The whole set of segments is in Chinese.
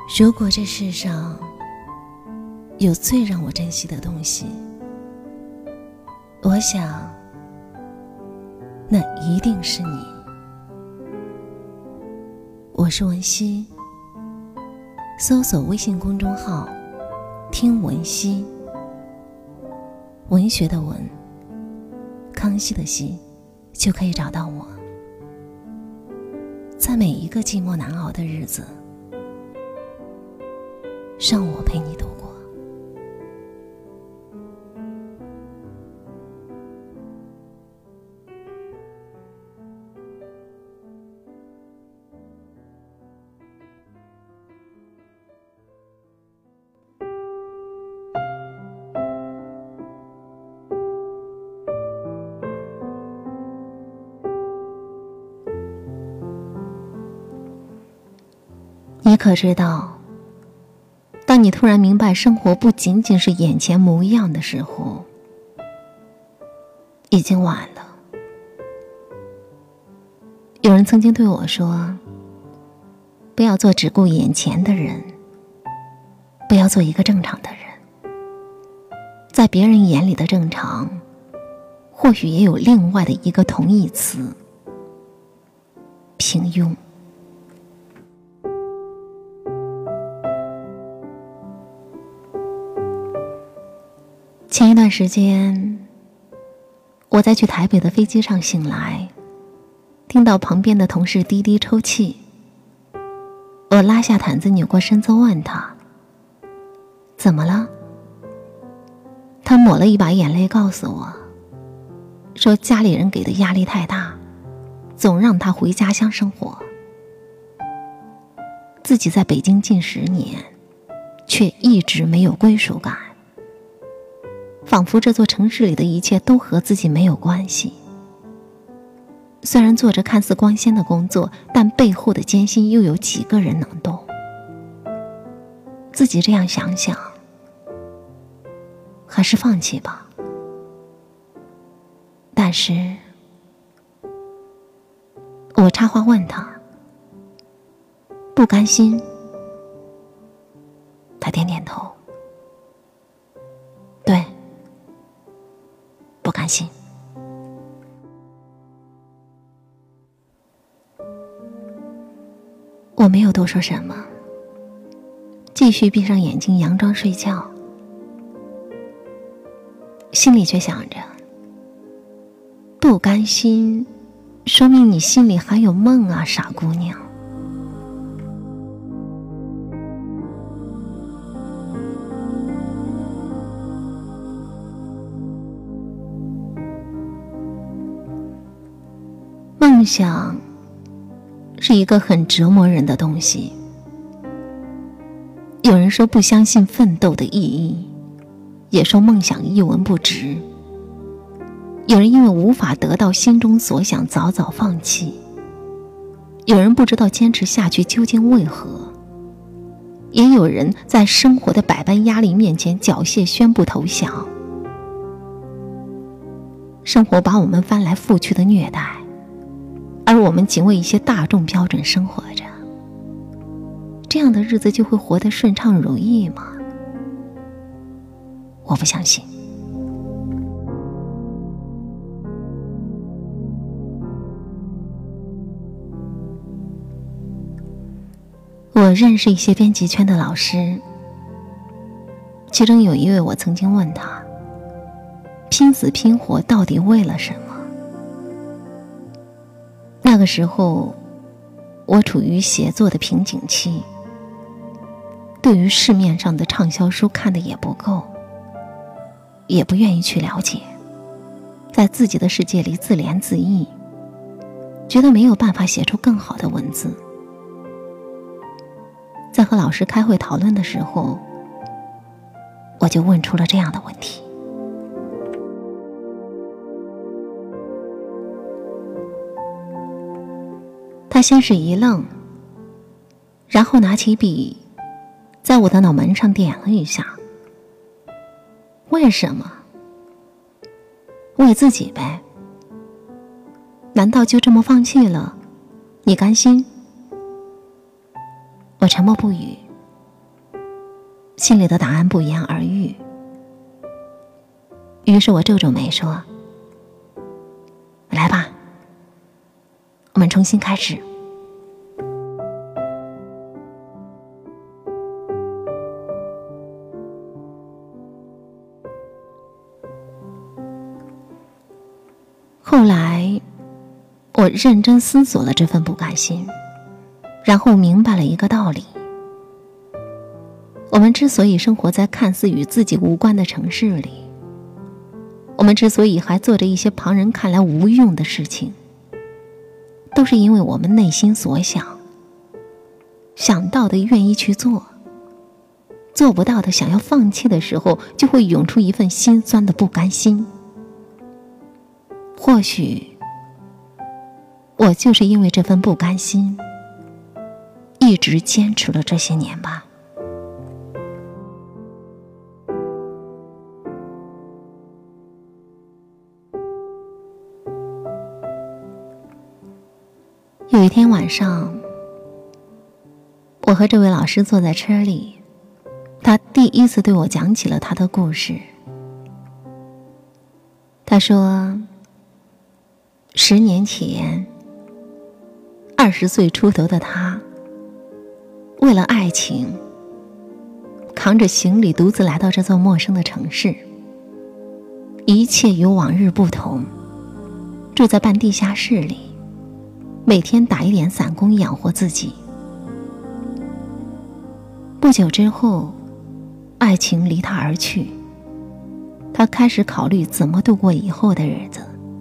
如果这世上有最让我珍惜的东西，我想那一定是你。我是文熙，搜索微信公众号听文熙，文学的文，康熙的熙，就可以找到我。在每一个寂寞难熬的日子，让我陪你度过。你可知道，当你突然明白生活不仅仅是眼前模样的时候，已经晚了。有人曾经对我说，不要做只顾眼前的人，不要做一个正常的人。在别人眼里的正常，或许也有另外的一个同义词：平庸。前一段时间，我在去台北的飞机上醒来，听到旁边的同事低低抽泣。我拉下毯子，扭过身子问他：怎么了？他抹了一把眼泪告诉我，说家里人给的压力太大，总让他回家乡生活。自己在北京近10年，却一直没有归属感。仿佛这座城市里的一切都和自己没有关系。虽然做着看似光鲜的工作，但背后的艰辛又有几个人能懂？自己这样想想，还是放弃吧。但是，我插话问他，不甘心？他点点头。对，不甘心。我没有多说什么，继续闭上眼睛佯装睡觉，心里却想着，不甘心，说明你心里还有梦啊，傻姑娘。梦想是一个很折磨人的东西。有人说不相信奋斗的意义，也说梦想一文不值。有人因为无法得到心中所想早早放弃，有人不知道坚持下去究竟为何，也有人在生活的百般压力面前缴械宣布投降。生活把我们翻来覆去的虐待，而我们仅为一些大众标准生活着，这样的日子就会活得顺畅如意吗？我不相信。我认识一些编辑圈的老师，其中有一位我曾经问他，拼死拼活到底为了什么？那个时候，我处于写作的瓶颈期，对于市面上的畅销书看得也不够，也不愿意去了解，在自己的世界里自怜自艾，觉得没有办法写出更好的文字。在和老师开会讨论的时候，我就问出了这样的问题。他先是一愣，然后拿起笔，在我的脑门上点了一下。为什么？为自己呗。难道就这么放弃了？你甘心？我沉默不语， 心里的答案不言而喻。于是我皱皱眉说：来吧，我们重新开始。后来我认真思索了这份不甘心，然后明白了一个道理：我们之所以生活在看似与自己无关的城市里，我们之所以还做着一些旁人看来无用的事情，都是因为我们内心所想，想到的愿意去做，做不到的想要放弃的时候，就会涌出一份心酸的不甘心。或许我就是因为这份不甘心，一直坚持了这些年吧。有一天晚上，我和这位老师坐在车里，他第一次对我讲起了他的故事。他说，10年前，20岁出头的他，为了爱情，扛着行李独自来到这座陌生的城市。一切与往日不同，住在半地下室里，每天打一点散工养活自己。不久之后，爱情离他而去，他开始考虑怎么度过以后的日子。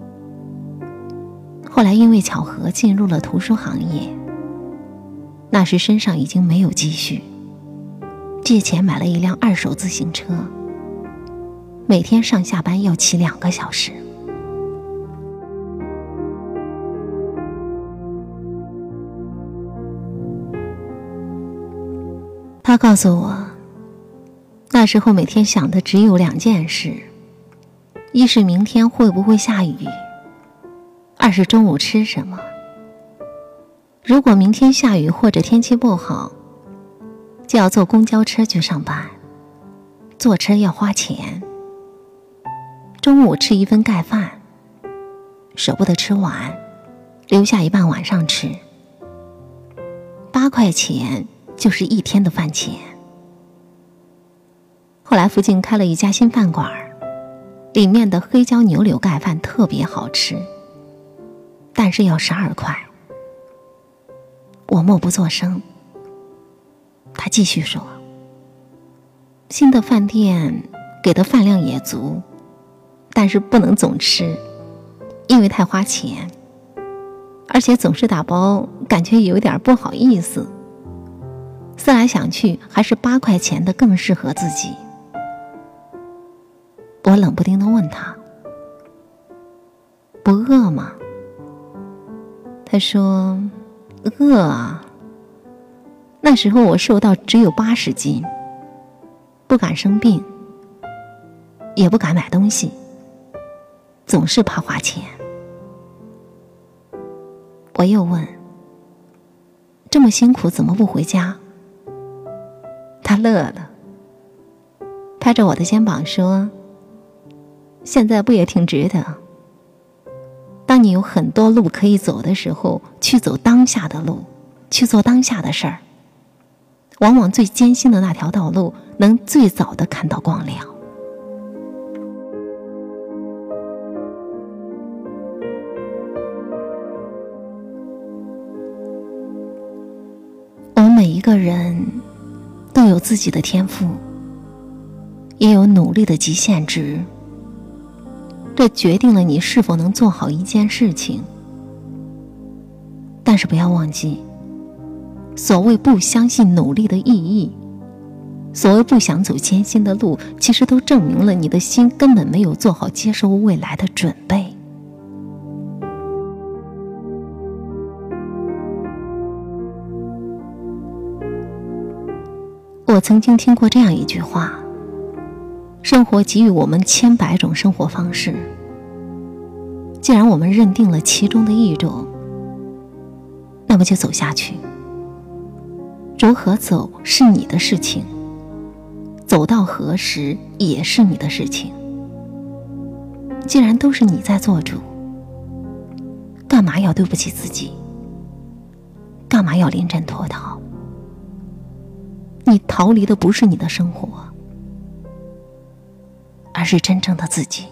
后来因为巧合进入了图书行业，那时身上已经没有积蓄，借钱买了一辆2手自行车，每天上下班要骑2个小时。他告诉我，那时候每天想的只有2件事，一是明天会不会下雨，2是中午吃什么。如果明天下雨或者天气不好，就要坐公交车去上班，坐车要花钱。中午吃一份盖饭，舍不得吃完，留下一半晚上吃。8块钱就是1天的饭钱。后来附近开了一家新饭馆，里面的黑椒牛柳盖饭特别好吃，但是要12块。我默不作声。他继续说，新的饭店给的饭量也足，但是不能总吃，因为太花钱，而且总是打包，感觉有点不好意思。思来想去，还是8块钱的更适合自己。我冷不丁地问他，不饿吗？他说，饿啊。那时候我瘦到只有80斤，不敢生病，也不敢买东西，总是怕花钱。我又问，这么辛苦怎么不回家？他乐了，拍着我的肩膀说，现在不也挺值得？当你有很多路可以走的时候，去走当下的路，去做当下的事儿，往往最艰辛的那条道路能最早的看到光亮。我们每一个人都有自己的天赋，也有努力的极限值，这决定了你是否能做好一件事情。但是不要忘记，所谓不相信努力的意义，所谓不想走艰辛的路，其实都证明了你的心根本没有做好接受未来的准备。我曾经听过这样一句话，生活给予我们千百种生活方式，既然我们认定了其中的一种，那么就走下去。如何走是你的事情， 走到何时也是你的事情。既然都是你在做主，干嘛要对不起自己？干嘛要临阵脱逃？你逃离的不是你的生活，而是真正的自己。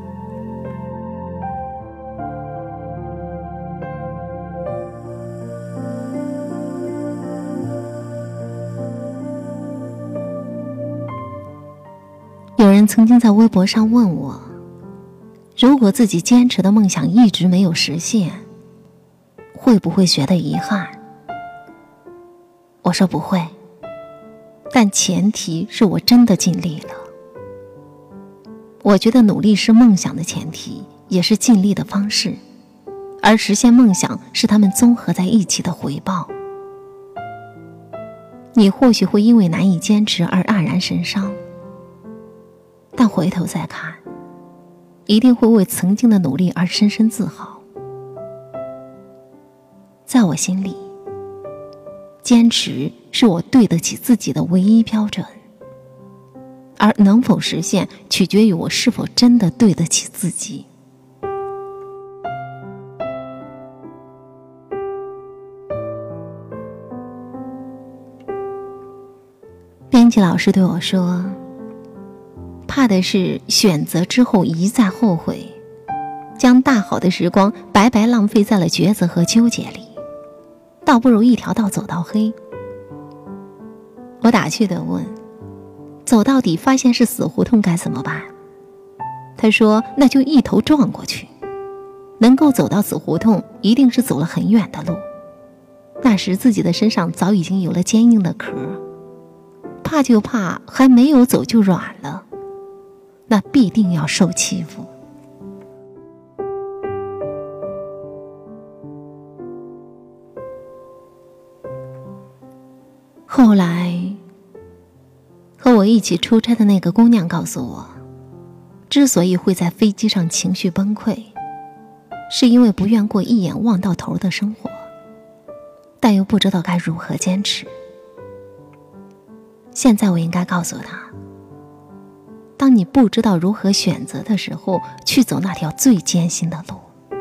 有人曾经在微博上问我，如果自己坚持的梦想一直没有实现，会不会觉得遗憾？我说不会，但前提是我真的尽力了。我觉得努力是梦想的前提，也是尽力的方式，而实现梦想是他们综合在一起的回报。你或许会因为难以坚持而黯然神伤，但回头再看，一定会为曾经的努力而深深自豪。在我心里，坚持是我对得起自己的唯一标准，而能否实现取决于我是否真的对得起自己。编辑老师对我说，怕的是选择之后一再后悔，将大好的时光白白浪费在了抉择和纠结里，倒不如一条道走到黑。我打趣地问，走到底发现是死胡同该怎么办？他说，那就一头撞过去。能够走到死胡同，一定是走了很远的路，那时自己的身上早已经有了坚硬的壳，怕就怕还没有走就软了，那必定要受欺负。后来和我一起出差的那个姑娘告诉我，之所以会在飞机上情绪崩溃，是因为不愿过一眼望到头的生活，但又不知道该如何坚持。现在我应该告诉她，当你不知道如何选择的时候，去走那条最艰辛的路。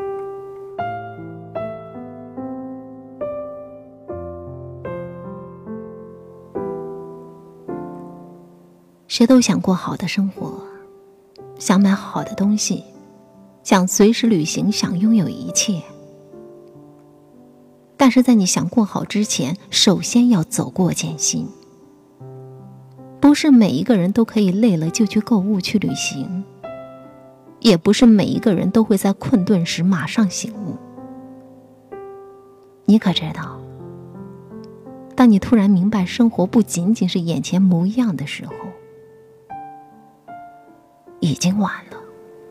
谁都想过好的生活，想买好的东西，想随时旅行，想拥有一切。但是在你想过好之前，首先要走过艰辛。不是每一个人都可以累了就去购物去旅行，也不是每一个人都会在困顿时马上醒悟。你可知道，当你突然明白生活不仅仅是眼前模样的时候，已经晚了。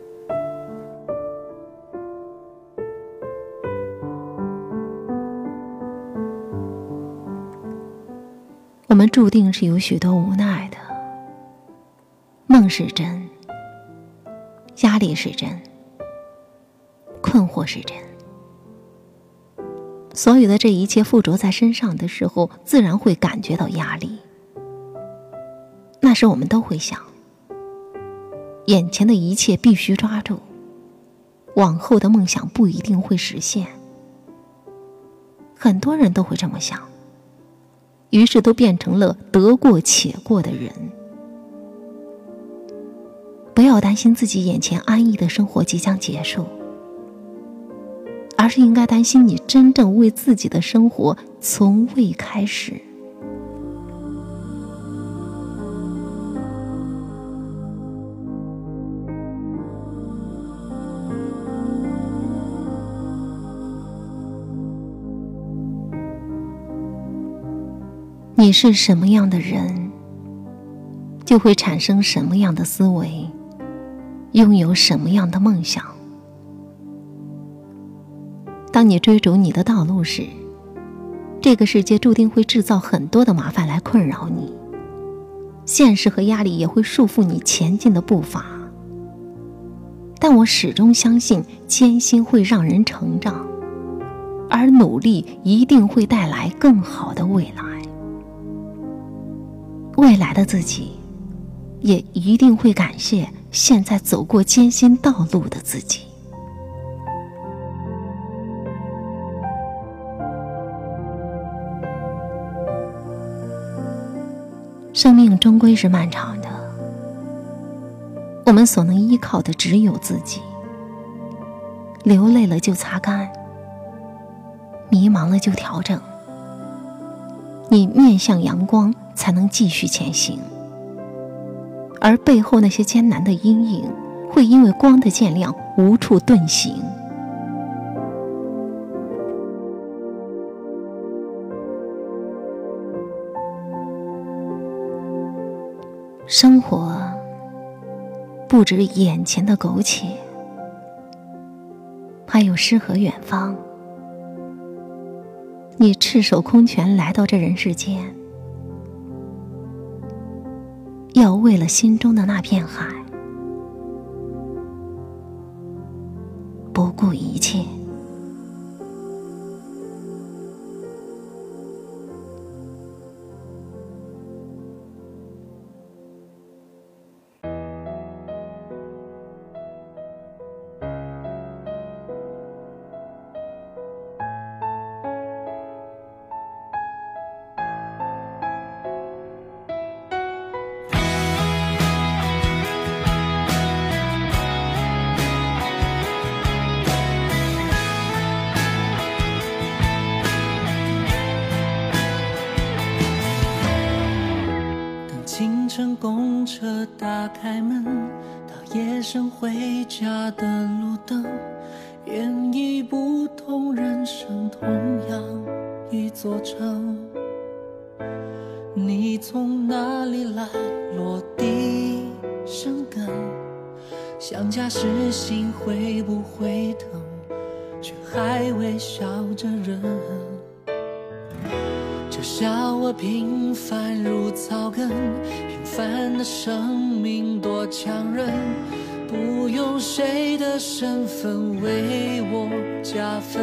我们注定是有许多无奈的，梦是真，压力是真，困惑是真。所有的这一切附着在身上的时候，自然会感觉到压力。那时我们都会想，眼前的一切必须抓住，往后的梦想不一定会实现。很多人都会这么想，于是都变成了得过且过的人。不要担心自己眼前安逸的生活即将结束，而是应该担心你真正为自己的生活从未开始。你是什么样的人，就会产生什么样的思维，拥有什么样的梦想。当你追逐你的道路时，这个世界注定会制造很多的麻烦来困扰你，现实和压力也会束缚你前进的步伐。但我始终相信，艰辛会让人成长，而努力一定会带来更好的未来。未来的自己也一定会感谢现在走过艰辛道路的自己。生命终归是漫长的，我们所能依靠的只有自己。流泪了就擦干，迷茫了就调整。你面向阳光，才能继续前行。而背后那些艰难的阴影，会因为光的渐亮无处遁形。生活不止眼前的苟且，还有诗和远方。你赤手空拳来到这人世间，要为了心中的那片海，不顾一切。 清晨公车打开门，到夜深回家的路灯，演绎不同人生，同样一座城。你从哪里来，落地生根，想家时心会不会疼，却还微笑着忍。就像我平凡如草根，平凡的生命多强韧，不用谁的身份为我加分。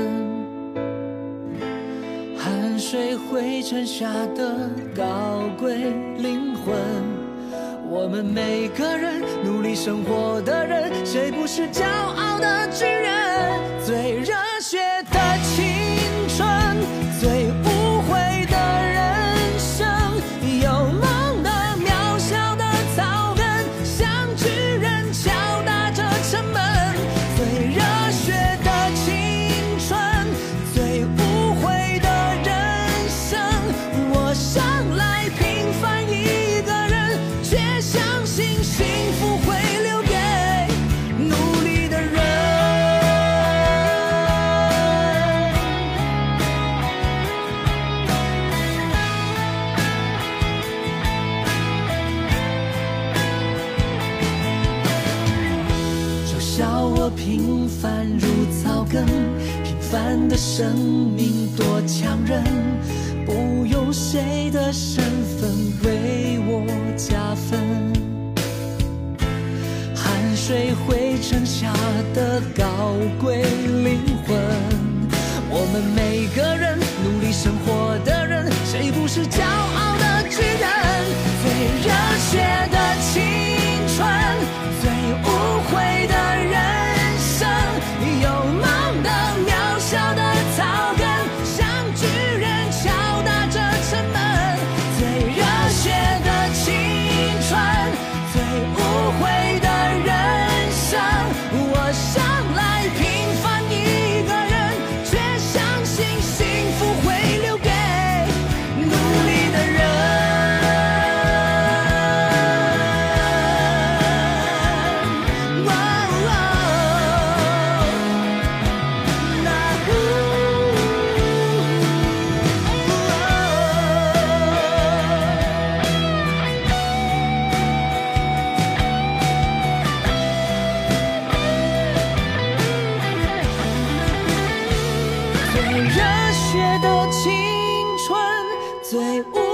汗水灰尘下的高贵灵魂，我们每个人努力生活的人，谁不是骄傲的巨人？最热血的青春，最无悔的人生，有梦的渺小的草根，像巨人敲打着城门。最热血的青春，最无悔的人生，我生来平凡一个人，却相信幸福会留给努力的人。就像我平凡如草根，平凡的生命多强韧，不用谁的身份为我加分。汗水灰尘下的高贵灵魂，我们每个人努力生活的人，谁不是骄傲的巨人？最热血的青春，最无悔的人生，有梦的渺小的草根，像巨人敲打着城门。最热血的青春，最无悔的人生，我生来平凡一个人，却相信幸福会留给努力的人。最热血的青春，最无